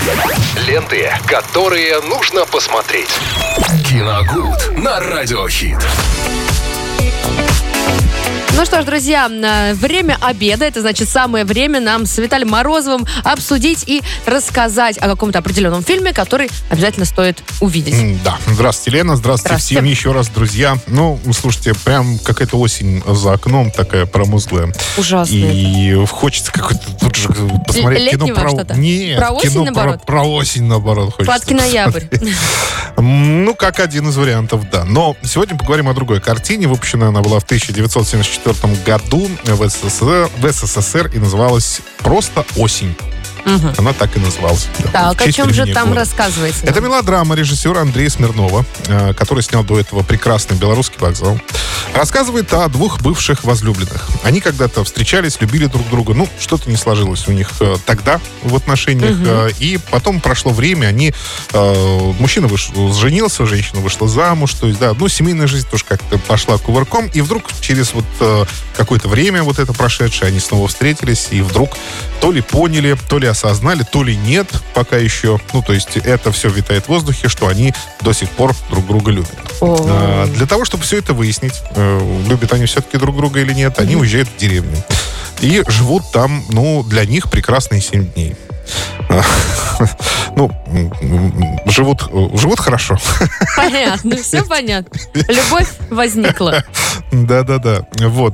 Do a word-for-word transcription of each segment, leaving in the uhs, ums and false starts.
Ленты, которые нужно посмотреть. Киногуд на Радиохит. Ну что ж, друзья, время обеда. Это значит самое время нам с Виталием Морозовым обсудить и рассказать о каком-то определенном фильме, который обязательно стоит увидеть. Да. Здравствуйте, Лена. Здравствуйте, Здравствуйте. всем еще раз, друзья. Ну, слушайте, прям какая-то осень за окном такая промозглая. Ужасно. И хочется какой-то тут же посмотреть кино Летнего про... что-то? Нет, Про осень, кино наоборот? Про, про осень, наоборот, хочется. Сладкий ноябрь. Ну, как один из вариантов, да. Но сегодня поговорим о другой картине. Выпущена она была в тысяча девятьсот семьдесят четвёртом году в СССР, в СССР и называлась «Просто осень». Угу. Она так и называлась. Да, Так, о чем же там рассказывается? Это мелодрама режиссера Андрея Смирнова, э, который снял до этого прекрасный «Белорусский вокзал». Рассказывает о двух бывших возлюбленных. Они когда-то встречались, любили друг друга. Ну, что-то не сложилось у них э, тогда в отношениях. Угу. Э, и потом прошло время, они... Э, мужчина вышел, женился, женщина вышла замуж. То есть, да, ну, семейная жизнь тоже как-то пошла кувырком. И вдруг через вот э, какое-то время вот это прошедшее, они снова встретились. И вдруг то ли поняли, то ли осознали, то ли нет пока еще. Ну, то есть это все витает в воздухе, что они до сих пор друг друга любят. А, для того, чтобы все это выяснить, э, любят они все-таки друг друга или нет, они уезжают в деревню. И живут там, ну, для них прекрасные семь дней. Ну, живут, живут хорошо. Понятно, все понятно. Любовь возникла. Да-да-да. Вот.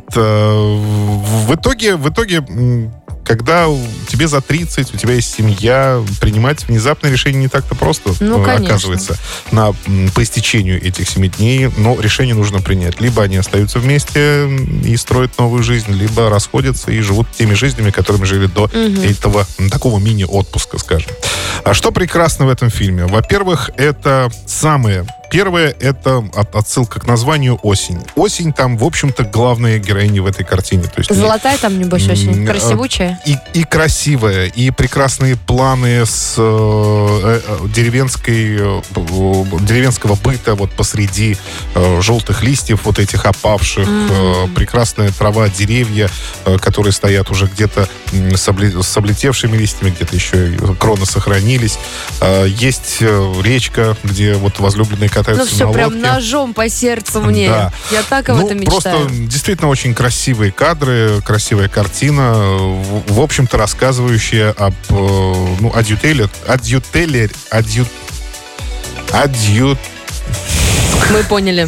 В итоге, в итоге, когда тебе за тридцать, у тебя есть семья, принимать внезапное решение не так-то просто, ну, оказывается, на, по истечению этих семи дней. Но решение нужно принять. Либо они остаются вместе и строят новую жизнь, либо расходятся и живут теми жизнями, которыми жили до угу. этого такого мини-отпуска, скажем. А что прекрасно в этом фильме? Во-первых, это самое... Первое — это отсылка к названию «Осень». Осень там, в общем-то, главная героиня в этой картине. То есть, золотая там, небось, очень красивучая. И, и красивая, и прекрасные планы с э, деревенской, э, деревенского быта вот посреди э, желтых листьев, вот этих опавших, mm. э, прекрасная трава, деревья, э, которые стоят уже где-то э, с, обле, с облетевшими листьями, где-то еще кроны сохранились. Э, есть э, речка, где вот возлюбленные катаются ну, все на лодке. Прям ножом по сердцу мне. Да. Я так об ну, этом мечтаю. Просто действительно очень красивые кадры, красивая картина, в, в общем-то, рассказывающая об, ну, адъютеллер, адъютеллер, адъют, адъют... Мы поняли.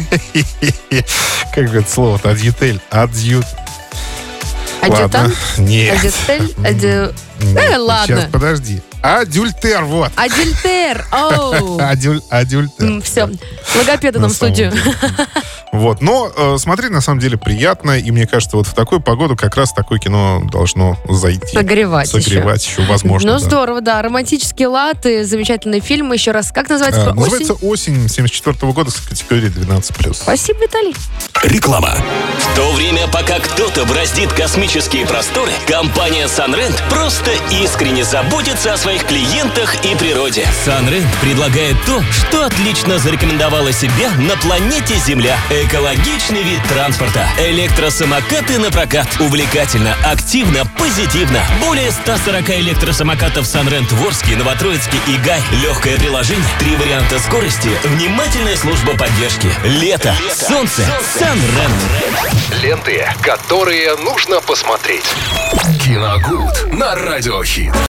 Как же это слово-то? Адъютель, адъют... Адъютант? Нет. Адъютель? Адью... Э, ладно. Сейчас, подожди. Адюльтер, вот. Адюльтер, оу. Адюль, адюльтер. Все, логопеда нам в студию. Вот, но э, смотреть на самом деле приятно, и мне кажется, вот в такую погоду как раз такое кино должно зайти. Согревать, Согревать еще, еще возможно. Ну, да. здорово, да. Романтический лад и замечательный фильм. Еще раз, как называется? А, осень? Называется «Осень» семьдесят четвёртого года с категорией двенадцать плюс. Спасибо, Виталий. Реклама. В то время, пока кто-то бороздит космические просторы, компания Sunrent просто искренне заботится о своих клиентах и природе. Sunrent предлагает то, что отлично зарекомендовало себя на планете Земля. Экологичный вид транспорта. Электросамокаты на прокат. Увлекательно, активно, позитивно. Более ста сорока электросамокатов Sunrent в Орске, Новотроицке и Гай. Легкое приложение, три варианта скорости, внимательная служба поддержки. Лето, Лето. солнце, Sunrent. Ленты, которые нужно посмотреть. Киногуд на Радиохит.